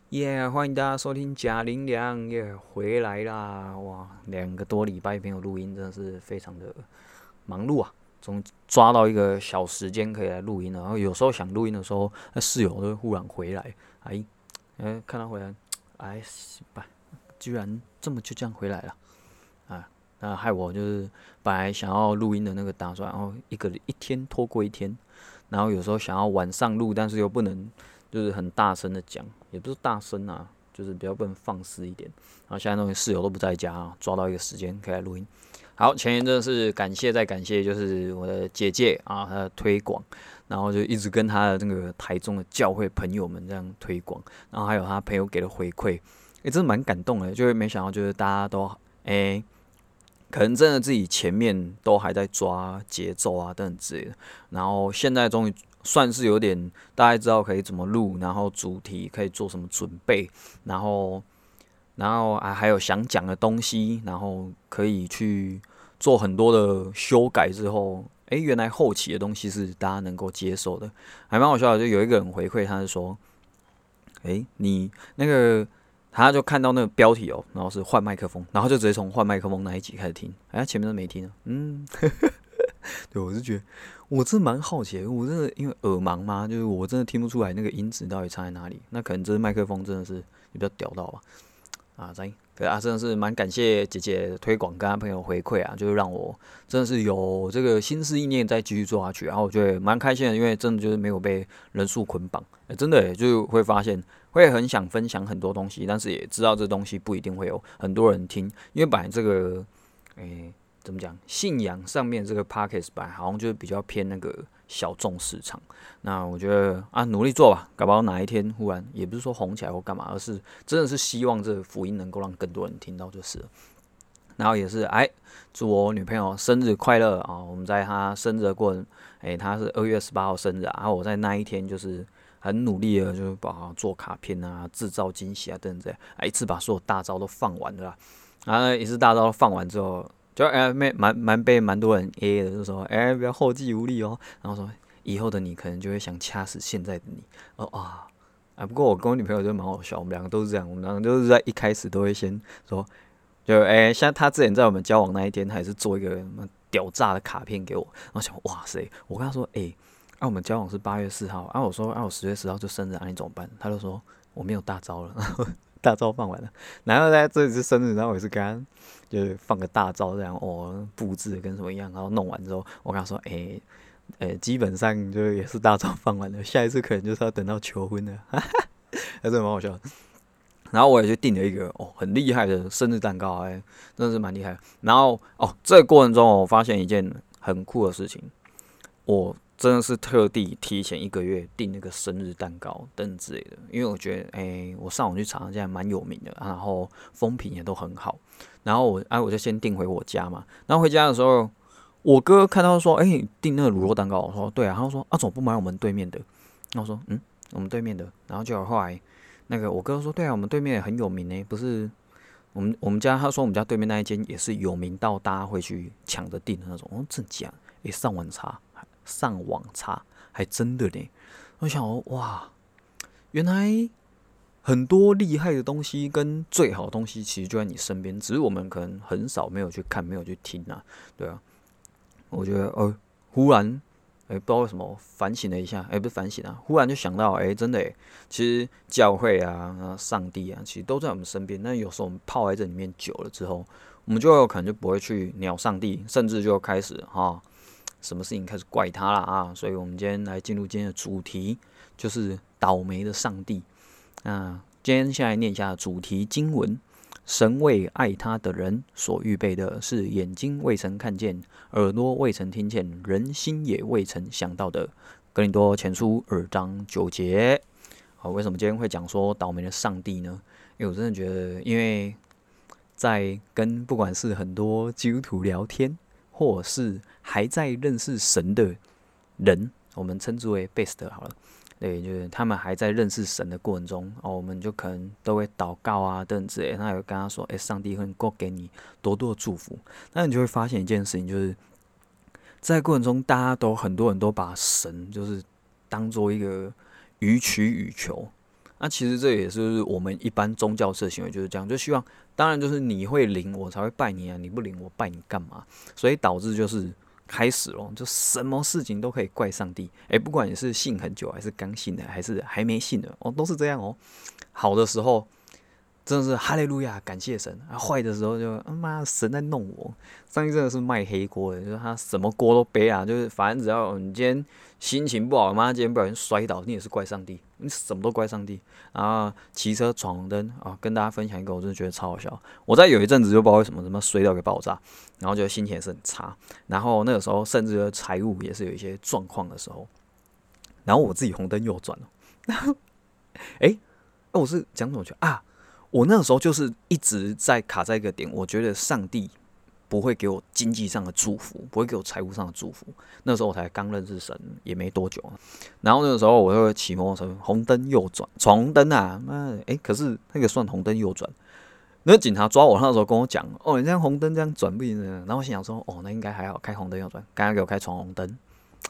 欢迎大家收听贾玲良回来啦！哇，2个多礼拜没有录音，真的是非常的忙碌啊。终于抓到一个小时间可以来录音了。然后有时候想录音的时候，那室友都会忽然回来，看他回来，哎，居然就这样回来了啊！那害我就是本来想要录音的那个打算，然后一天拖过一天，然后有时候想要晚上录，但是又不能就是很大声的讲，也不是大声啊，就是比较不能放肆一点。然后现在那个室友都不在家啊，抓到一个时间可以来录音。好，前言真的是感谢再感谢，就是我的姐姐啊，她的推广，然后就一直跟她的那个台中的教会朋友们这样推广，然后还有她朋友给的回馈，真的蛮感动的，就是没想到就是大家都可能真的自己前面都还在抓节奏啊等等之类的，然后现在终于算是有点大概知道可以怎么录，然后主题可以做什么准备，然后还有想讲的东西，然后可以去做很多的修改之后，原来后期的东西是大家能够接受的，还蛮好笑的。就有一个人回馈，他是说，你那个他就看到那个标题哦，然后是换麦克风，然后就直接从换麦克风那一集开始听，前面都没听啊，对，我是觉得我真的蛮好奇的，我真的因为耳盲嘛，就是我真的听不出来那个音质到底差在哪里，那可能这支麦克风真的是比较屌到吧。真的是蛮感谢姐姐的推广跟她朋友回馈啊，就是让我真的是有这个心思意念再继续做下去，然后我觉得蛮开心的，因为真的就是没有被人数捆绑，真的就会发现会很想分享很多东西，但是也知道这东西不一定会有很多人听，因为本来这个诶、怎么讲，信仰上面这个 podcast 版好像就是比较偏那个小众市场。那我觉得啊，努力做吧，搞不好哪一天忽然也不是说红起来或干嘛，而是真的是希望这个福音能够让更多人听到就是了。然后也是祝我女朋友生日快乐啊！我们在她生日的过程，她是2月18号生日啊，然后我在那一天就是很努力的，就是把她做卡片啊、制造惊喜啊等等这样，一次把所有大招都放完了啦。然后一次大招都放完之后，就被蛮多人 A 的，就说不要后继无力哦，然后说以后的你可能就会想掐死现在的你不过我跟我女朋友就蛮好笑，我们两个都是这样，我们两个都是在一开始都会先说，像她之前在我们交往那一天，还是做一个屌炸的卡片给我，然后想哇塞，我跟她说我们交往是8月4号，我说我10月10号就生日你怎么办？她就说我没有大招了，大招放完了，然后在这一次生日，然后我也是跟她就是放个大招这样布置跟什么一样，然后弄完之后，我跟她说基本上就也是大招放完了，下一次可能就是要等到求婚了，还是蛮好笑的。然后我也去订了一个很厉害的生日蛋糕，真的是蛮厉害。然后这个过程中我发现一件很酷的事情，我真的是特地提前1个月订那个生日蛋糕等之类的，因为我觉得我上网去查，现在蛮有名的，然后风评也都很好。然后我就先订回我家嘛，然后回家的时候，我哥看到说，订那个乳酪蛋糕，我说对啊，他说怎么不买我们对面的？然后我说我们对面的，然后就后来那个我哥说，对啊，我们对面也很有名不是我们家，他说我们家对面那一间也是有名到大家会去抢着订的那种，真假？上网查还真的呢。我想哇，原来很多厉害的东西跟最好的东西其实就在你身边，只是我们可能很少没有去看，没有去听啊，对啊。我觉得忽然不知道为什么反省了一下，不是反省啊，忽然就想到，真的其实教会啊、上帝啊，其实都在我们身边。但有时候我们泡在这里面久了之后，我们就有可能就不会去鸟上帝，甚至就开始什么事情开始怪他了啊。所以我们今天来进入今天的主题，就是倒霉的上帝。那今天先来念一下主题经文。神为爱他的人所预备的是眼睛未曾看见，耳朵未曾听见，人心也未曾想到的。哥林多前书2章9节。好，为什么今天会讲说倒霉的上帝呢？因为我真的觉得，因为在跟不管是很多基督徒聊天，或者是还在认识神的人，我们称之为 best 好了。对，就是他们还在认识神的过程中，我们就可能都会祷告啊等等之类的。他也会跟他说，上帝会能够给你多多的祝福。那你就会发现一件事情，就是在过程中，很多人都把神就是当做一个予取予求， 那其实这也是我们一般宗教式的行为就是这样，就希望当然就是你会灵我才会拜你啊，你不灵我拜你干嘛？所以导致就是开始咯，就什么事情都可以怪上帝。不管你是信很久还是刚信的，还是还没信的哦，都是这样哦。好的时候真的是哈利路亚，感谢神啊！坏的时候就妈神在弄我。上帝真的是卖黑锅的，就是他什么锅都背啊，就是反正只要你今天心情不好，妈今天不小心摔倒，你也是怪上帝，你什么都怪上帝。然后骑车闯红灯啊，跟大家分享一个，我真的觉得超好笑。我在有一阵子就不知道为什么摔到给爆炸，然后就心情也是很差，然后那个时候甚至财务也是有一些状况的时候，然后我自己红灯右转了，然后我是讲什么去啊？我那个时候就是一直在卡在一个点，我觉得上帝不会给我经济上的祝福，不会给我财务上的祝福。那时候我才刚认识神，也没多久。然后那个时候我就骑摩托车，红灯右转，闯红灯啊，可是那个算红灯右转。那警察抓我那时候跟我讲，你这样红灯这样转不行的。然后我心想说，那应该还好，开红灯右转，刚刚给我开闯红灯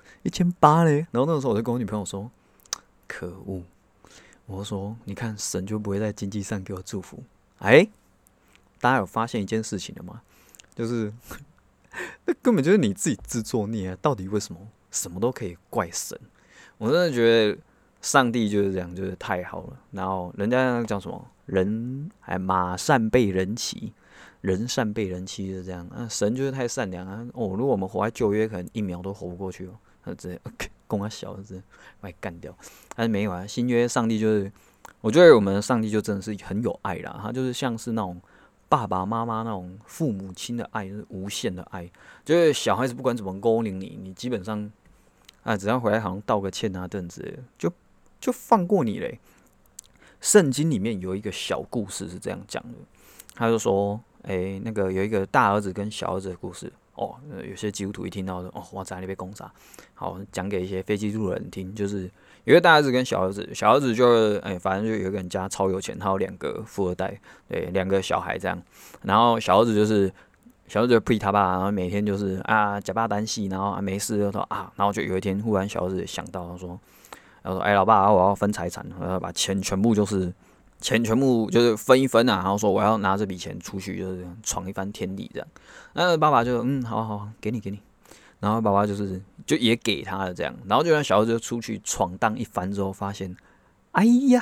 ，1800嘞。然后那个时候我就跟我女朋友说，可恶。我说：“你看，神就不会在经济上给我祝福。”大家有发现一件事情了吗？就是那根本就是你自己自作孽啊！到底为什么什么都可以怪神？我真的觉得上帝就是这样，就是太好了。然后人家讲什么人还马善被人欺，人善被人欺就是这样。神就是太善良啊！如果我们活在旧约，可能1秒都活不过去哦。他直接供他小子把你干掉，但是没有啊。新约上帝就是，我觉得我们的上帝就真的是很有爱啦，他就是像是那种爸爸妈妈那种父母亲的爱，就是无限的爱。就是小孩子不管怎么勾引你，你基本上只要回来好像道个歉啊，这样子就放过你嘞。圣经里面有一个小故事是这样讲的，他就说，那个有一个大儿子跟小儿子的故事。有些基督徒一听到我在那边攻杀，好讲给一些非基督徒的人听，就是有一个大儿子跟小儿子，小儿子就反正就有一个人家超有钱，他有2个富二代，对，2个小孩这样，然后小儿子就呸他爸，然后每天就是假巴单戏，然后没事就说然后就有一天忽然小儿子想到，他说老爸，我要分财产，我要把钱全部就是分一分啊，然后说我要拿这笔钱出去，就是闯一番天地这样。那爸爸就好，给你。然后爸爸就也给他了这样。然后就让小孩子出去闯荡一番之后，发现，哎呀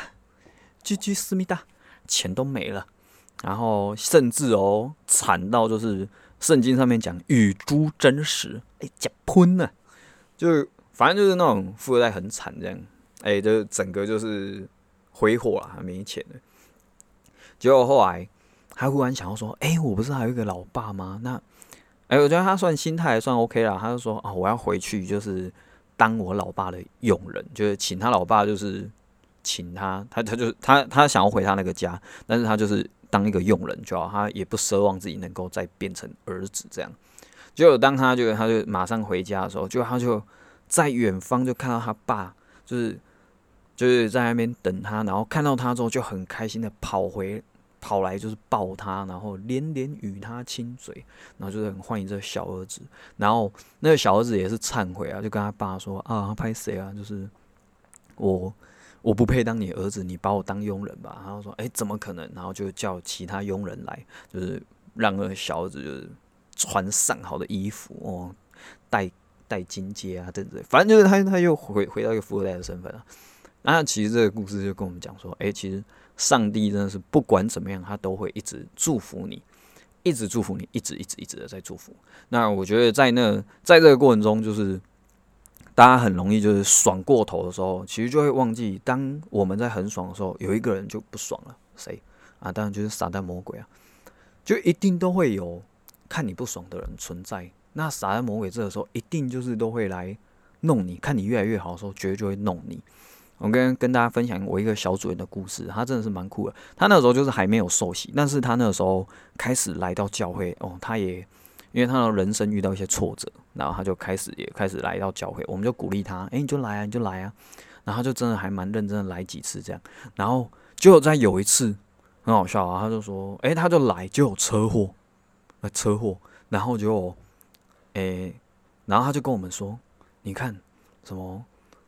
，GG思密达，钱都没了。然后甚至惨到就是圣经上面讲与猪争食，假喷了，就是反正就是那种富二代很惨这样。就整个就是挥霍啦，没钱了。结果后来他忽然想要说，我不是还有一个老爸吗？那，我觉得他算心态还算 OK 啦。他就说我要回去，就是当我老爸的佣人，就是请他老爸，就是请他想要回他那个家，但是他就是当一个佣人就好，他也不奢望自己能够再变成儿子这样。结果当他就马上回家的时候，他就在远方就看到他爸，就是在那边等他，然后看到他之后就很开心的跑来就是抱他，然后连连与他亲嘴，然后就是很欢迎这个小儿子。然后那个小儿子也是忏悔啊，就跟他爸说拍谁啊，就是我不配当你儿子，你把我当佣人吧。然后说怎么可能？然后就叫其他佣人来，就是让那个小儿子就是穿上好的衣服戴金戒啊，等等，反正就是他又回到一个富二代的身份了。那其实这个故事就跟我们讲说，其实上帝真的是不管怎么样，他都会一直祝福你，一直祝福你，一直的在祝福。那我觉得在这个过程中，就是大家很容易就是爽过头的时候，其实就会忘记，当我们在很爽的时候，有一个人就不爽了，谁啊？当然就是撒旦魔鬼啊，就一定都会有看你不爽的人存在。那撒旦魔鬼这个时候一定就是都会来弄你，看你越来越好的时候，绝对就会弄你。我跟大家分享我一个小主人的故事，他真的是蛮酷的。他那个时候就是还没有受洗，但是他那个时候开始来到教会他也因为他的人生遇到一些挫折，然后他就开始来到教会，我们就鼓励他，你就来啊，然后他就真的还蛮认真的来几次这样，然后就在有一次很好笑啊，他就说，他就来就有车祸，然后然后他就跟我们说，你看什么。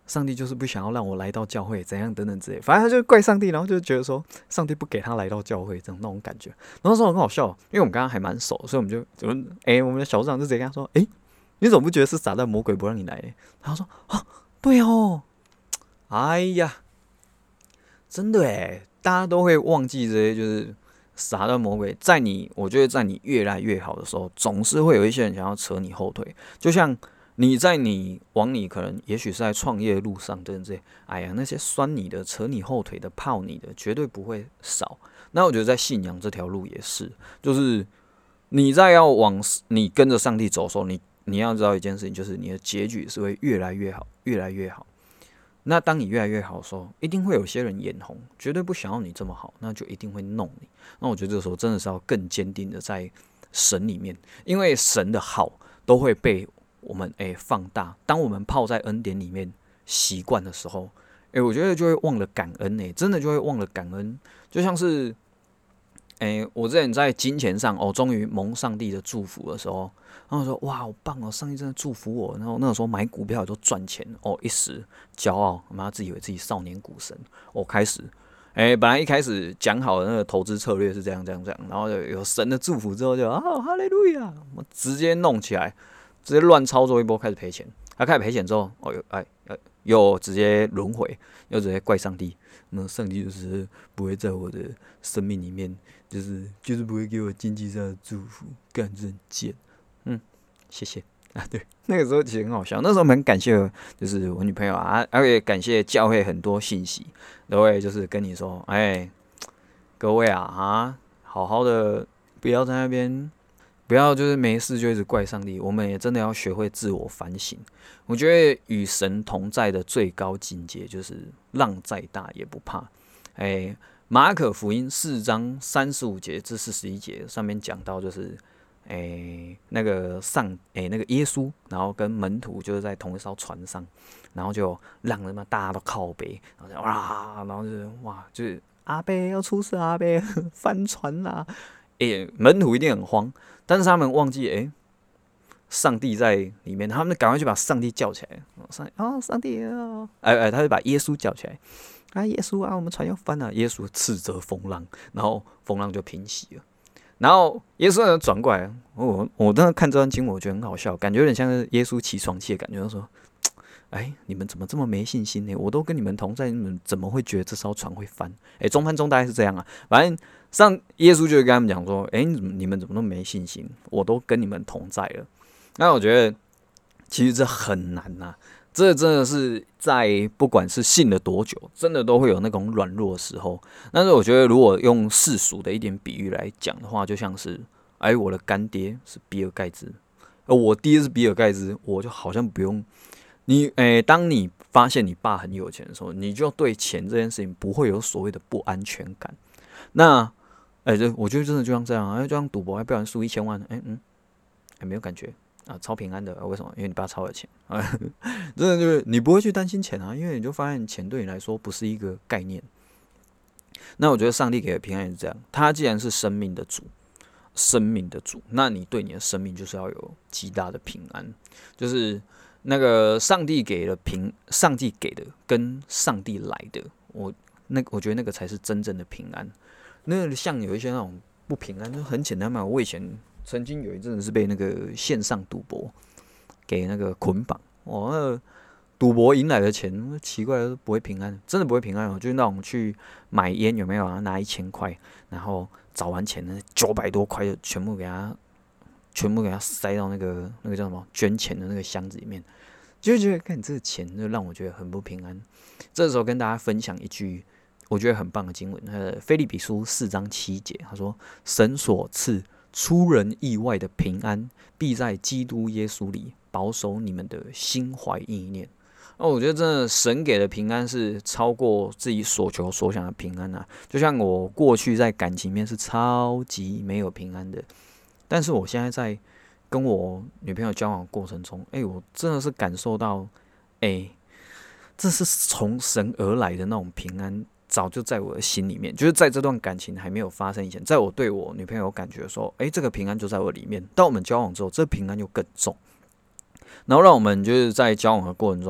上帝就是不想要让我来到教会，怎样等等之类，反正他就怪上帝，然后就觉得说上帝不给他来到教会这种那种感觉。然后那时候很好笑，因为我们刚刚还蛮熟，所以我们的小组长就直接跟他说，你怎么不觉得是撒旦魔鬼不让你来？然后说啊，对哦，哎呀，真的大家都会忘记这些，就是撒旦魔鬼我觉得在你越来越好的时候，总是会有一些人想要扯你后腿，就像你往你可能也许是在创业的路上等等这些，哎呀，那些酸你的、扯你后腿的、泡你的，绝对不会少。那我觉得在信仰这条路也是，就是你在要往你跟着上帝走的时候，你要知道一件事情，就是你的结局是会越来越好，越来越好。那当你越来越好的时候，一定会有些人眼红，绝对不想要你这么好，那就一定会弄你。那我觉得这个时候真的是要更坚定的在神里面，因为神的好都会被我们放大。当我们泡在恩典里面习惯的时候，我觉得就会忘了感恩真的就会忘了感恩。就像是我之前在金钱上终于蒙上帝的祝福的时候，然后说哇好棒哦，上帝真的祝福我。然后那个时候买股票也都赚钱一时骄傲，妈自己以为自己少年股神开始本来一开始讲好的那个投资策略是这样，然后有神的祝福之后就哈利路亚，我直接弄起来，直接乱操作一波，开始赔钱。开始赔钱之后又直接轮回，又直接怪上帝。那上帝就是不会在我的生命里面，就是不会给我经济上的祝福，干这很贱。谢谢对，那个时候其实很好笑。那时候很感谢，就是我女朋友而且感谢教会很多信息，都会就是跟你说，各位好好的，不要在那边，不要就是没事就一直怪上帝。我们也真的要学会自我反省。我觉得与神同在的最高境界，就是浪再大也不怕。马可福音4章35节至41节上面讲到，就是那个耶稣，然后跟门徒就是在同一艘船上，然后就让他们大家都靠北，然后就是阿伯要出事，阿伯翻船啦！门徒一定很慌，但是他们忘记上帝在里面，他们赶快去把上帝叫起来。上帝他就把耶稣叫起来。耶稣我们船要翻了。耶稣斥责风浪，然后风浪就平息了。然后耶稣转过来，我当时看这段经文，我觉得很好笑，感觉有点像是耶稣起床气的感觉，就说：“你们怎么这么没信心呢？我都跟你们同在，你们怎么会觉得这艘船会翻？”中翻中大概是这样啊。反正耶稣就跟他们讲说：“你们怎么那么没信心？我都跟你们同在了。”那我觉得其实这很难呐。这真的是在不管是信了多久，真的都会有那种软弱的时候。但是我觉得，如果用世俗的一点比喻来讲的话，就像是，我的干爹是比尔盖茨，我爹是比尔盖茨，我就好像不用你，当你发现你爸很有钱的时候，你就对钱这件事情不会有所谓的不安全感。那，我觉得真的就像这样就像赌博，不然输1000万，没有感觉。超平安的，为什么？因为你爸超有钱真的就是你不会去担心钱因为你就发现钱对你来说不是一个概念。那我觉得上帝给的平安也是这样，他既然是生命的主，那你对你的生命就是要有极大的平安，就是那个上帝给的跟上帝来的，我觉得那个才是真正的平安。那像有一些那种不平安，就很简单嘛，我以前曾经有一阵子是被那个线上赌博给那个捆绑，那个赌博赢来的钱，奇怪的不会平安，真的不会平安就是那种去买烟有没有拿1000块，然后找完钱呢900多块就全部给他塞到那个叫什么捐钱的那个箱子里面，就会觉得看这个钱就让我觉得很不平安。这时候跟大家分享一句我觉得很棒的经文，腓立比书4章7节，他说：“神所赐出人意外的平安，必在基督耶稣里保守你们的心怀意念。”我觉得真的神给的平安是超过自己所求所想的平安就像我过去在感情面是超级没有平安的，但是我现在在跟我女朋友交往的过程中，我真的是感受到，这是从神而来的那种平安。早就在我的心里面，就是在这段感情还没有发生以前，在我对我女朋友有感觉的时候，这个平安就在我里面。当我们交往之后，这个平安就更重，然后让我们就是在交往的过程中，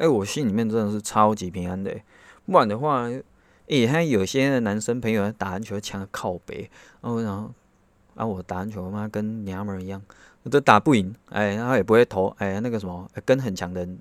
我心里面真的是超级平安的，不然的话，还有些男生朋友打篮球抢靠北，然后我打篮球妈跟娘们儿一样，都打不赢，然后也不会投，那个什么跟很强的人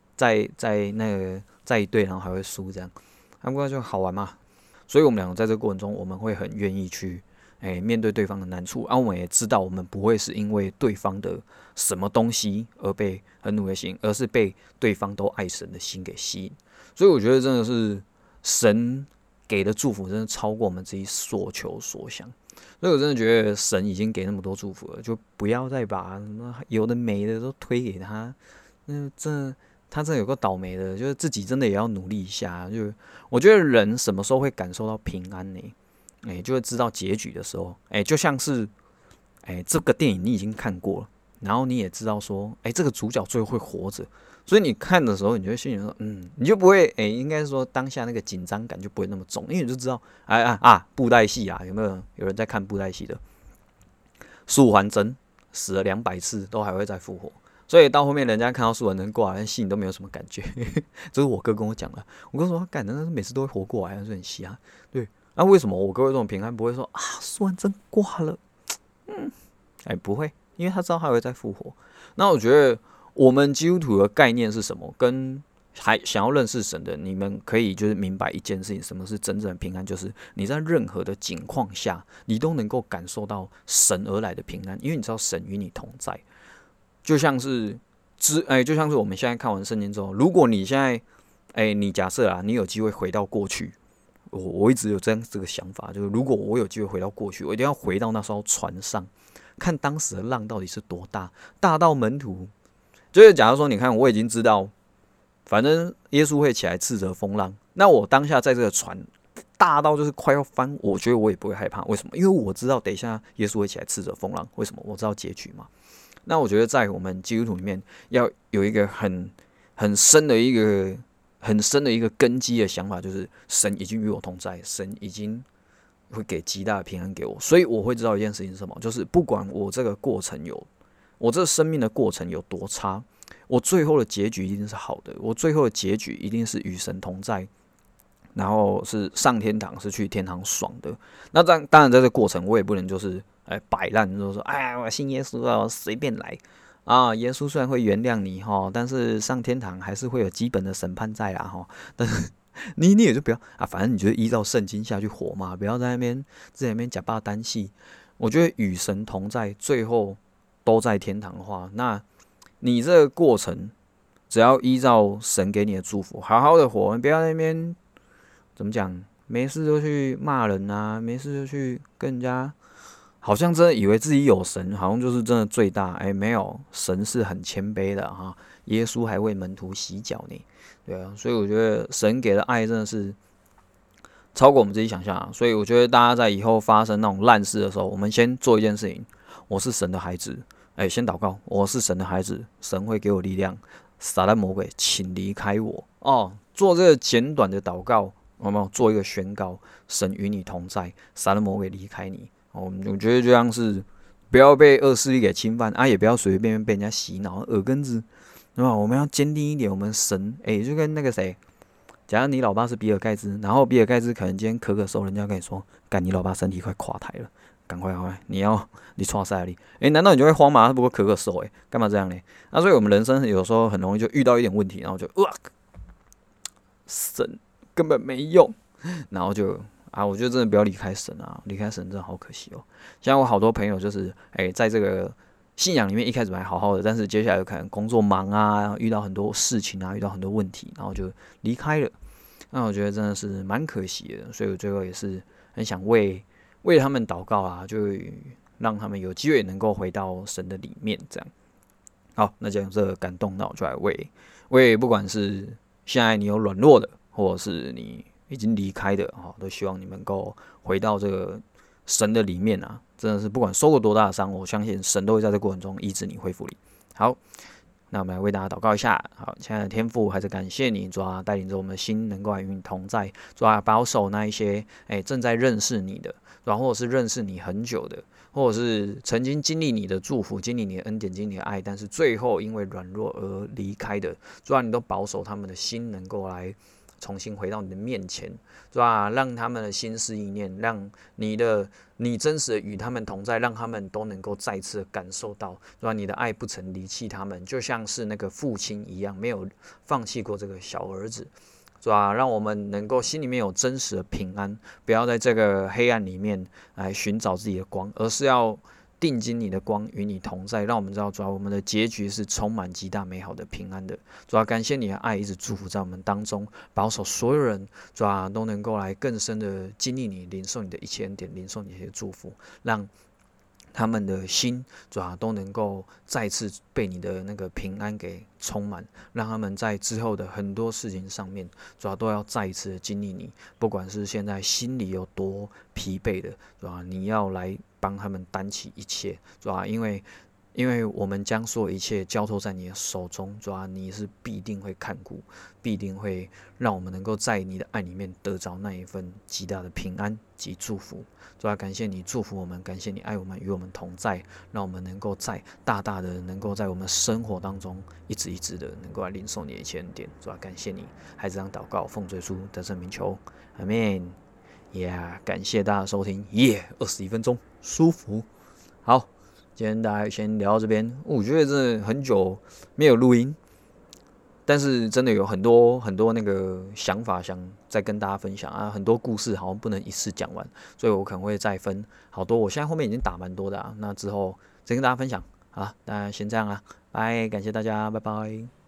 在一队，然后还会输这样，不过就好玩嘛。所以我们两个在这个过程中，我们会很愿意去面对对方的难处，我们也知道我们不会是因为对方的什么东西而被很努力吸引，而是被对方都爱神的心给吸引。所以我觉得真的是神给的祝福，真的超过我们自己所求所想。所以我真的觉得神已经给那么多祝福了，就不要再把什么有的没的都推给他。他真的有个倒霉的，就是自己真的也要努力一下。就我觉得人什么时候会感受到平安呢？就会知道结局的时候，就像是这个电影你已经看过了，然后你也知道说，这个主角最后会活着，所以你看的时候，你就会心里说，你就不会，应该说当下那个紧张感就不会那么重，因为你就知道，布袋戏啊，有人在看布袋戏的？素还真死了200次都还会再复活，所以到后面人家看到素还真挂来，心里都没有什么感觉。这是我哥跟我讲的，我哥说，干的那是每次都会活过来，是很稀罕。对，那为什么我哥会这种平安，不会说素还真挂了？不会，因为他知道他会再复活。那我觉得我们基督徒的概念是什么？跟还想要认识神的，你们可以就是明白一件事情：什么是真正的平安？就是你在任何的境况下，你都能够感受到神而来的平安，因为你知道神与你同在。就像是我们现在看完圣经之后，如果你现在你假设你有机会回到过去，我一直有这个想法，就是如果我有机会回到过去，我一定要回到那艘船上。看当时的浪到底是多大，大到门徒，就是假如说，你看我已经知道，反正耶稣会起来斥责风浪，那我当下在这个船大到就是快要翻，我觉得我也不会害怕。为什么？因为我知道等一下耶稣会起来斥责风浪。为什么？我知道结局嘛。那我觉得在我们基督徒里面，要有一个很深的一个根基的想法，就是神已经与我同在，神已经会给极大的平安给我，所以我会知道一件事情是什么，就是不管我这个过程我这生命的过程有多差，我最后的结局一定是好的，我最后的结局一定是与神同在，然后是上天堂，是去天堂爽的。那当然在这过程，我也不能就是摆烂，就是说我信耶稣啊，随便来啊。耶稣虽然会原谅你但是上天堂还是会有基本的审判在啦但是你也就不要反正你就依照圣经下去活嘛，不要在那边假扮单戏。我觉得与神同在，最后都在天堂的话，那你这个过程只要依照神给你的祝福，好好的活，你不要在那边怎么讲，没事就去骂人啊，没事就去跟人家，好像真的以为自己有神，好像就是真的最大。没有，神是很谦卑的哈。耶稣还为门徒洗脚呢，对啊，所以我觉得神给的爱真的是超过我们自己想象所以我觉得大家在以后发生那种烂事的时候，我们先做一件事情：我是神的孩子，先祷告，我是神的孩子，神会给我力量。撒旦魔鬼，请离开我做这个简短的祷告，有没有做一个宣告？神与你同在，撒旦魔鬼离开你。我觉得就像是不要被恶势力给侵犯也不要随随便便被人家洗脑，耳根子。对吧？我们要坚定一点，我们神就跟那个谁，假如你老爸是比尔盖茨，然后比尔盖茨可能今天咳嗽，人家跟你说，干你老爸身体快垮台了，赶快，你错赛里，难道你就会慌吗？他不过咳嗽，干嘛这样呢？那所以我们人生有时候很容易就遇到一点问题，然后就神根本没用，然后就我觉得真的不要离开神离开神真的好可惜像我好多朋友就是在这个信仰里面一开始还好好的，但是接下来有可能工作忙遇到很多事情遇到很多问题，然后就离开了。那我觉得真的是蛮可惜的，所以我最后也是很想为他们祷告就让他们有机会能够回到神的里面。这样好，那讲这个感动，那我就来为不管是现在你有软弱的，或者是你已经离开的都希望你们能够回到这个神的里面真的是不管受过多大的伤，我相信神都会在这过程中医治你、恢复你。好， 那我们来为大家祷告一下。好，亲爱的天父，还是感谢你，主啊，带领着我们的心能够来与你同在，主啊，保守那一些正在认识你的，主啊，或者是认识你很久的，或者是曾经经历你的祝福、经历你的恩典、经历你的爱，但是最后因为软弱而离开的，主啊，你都保守他们的心能够来重新回到你的面前，是吧？让他们的心思意念，让你真实的与他们同在，让他们都能够再次的感受到，是吧？你的爱不曾离弃他们，就像是那个父亲一样，没有放弃过这个小儿子，是吧？让我们能够心里面有真实的平安，不要在这个黑暗里面来寻找自己的光，而是要定睛你的光与你同在，让我们知道，主要我们的结局是充满极大美好的平安的。主要感谢你的爱一直祝福在我们当中，保守所有人，主要都能够来更深的经历你，领受你的一切恩典，领受你的一些祝福，让他们的心，主要都能够再次被你的那个平安给充满，让他们在之后的很多事情上面，主要都要再一次的经历你，不管是现在心里有多疲惫的，主要你要来帮他们担起一切，主要因为我们将所有一切交托在你的手中，主啊，你是必定会看顾，必定会让我们能够在你的爱里面得着那一份极大的平安及祝福。主啊，感谢你祝福我们，感谢你爱我们，与我们同在，让我们能够在大大的能够在我们生活当中一直的能够来领受你的一切恩典。主啊，感谢你，孩子让祷告，奉耶稣得胜名求，阿们。感谢大家收听，21分钟，舒服，好。今天大家先聊到这边，我觉得真的很久没有录音，但是真的有很多那个想法想再跟大家分享啊，很多故事好像不能一次讲完，所以我可能会再分好多。我现在后面已经打蛮多的啊，那之后再跟大家分享。好，那先这样啦，拜，感谢大家，拜拜。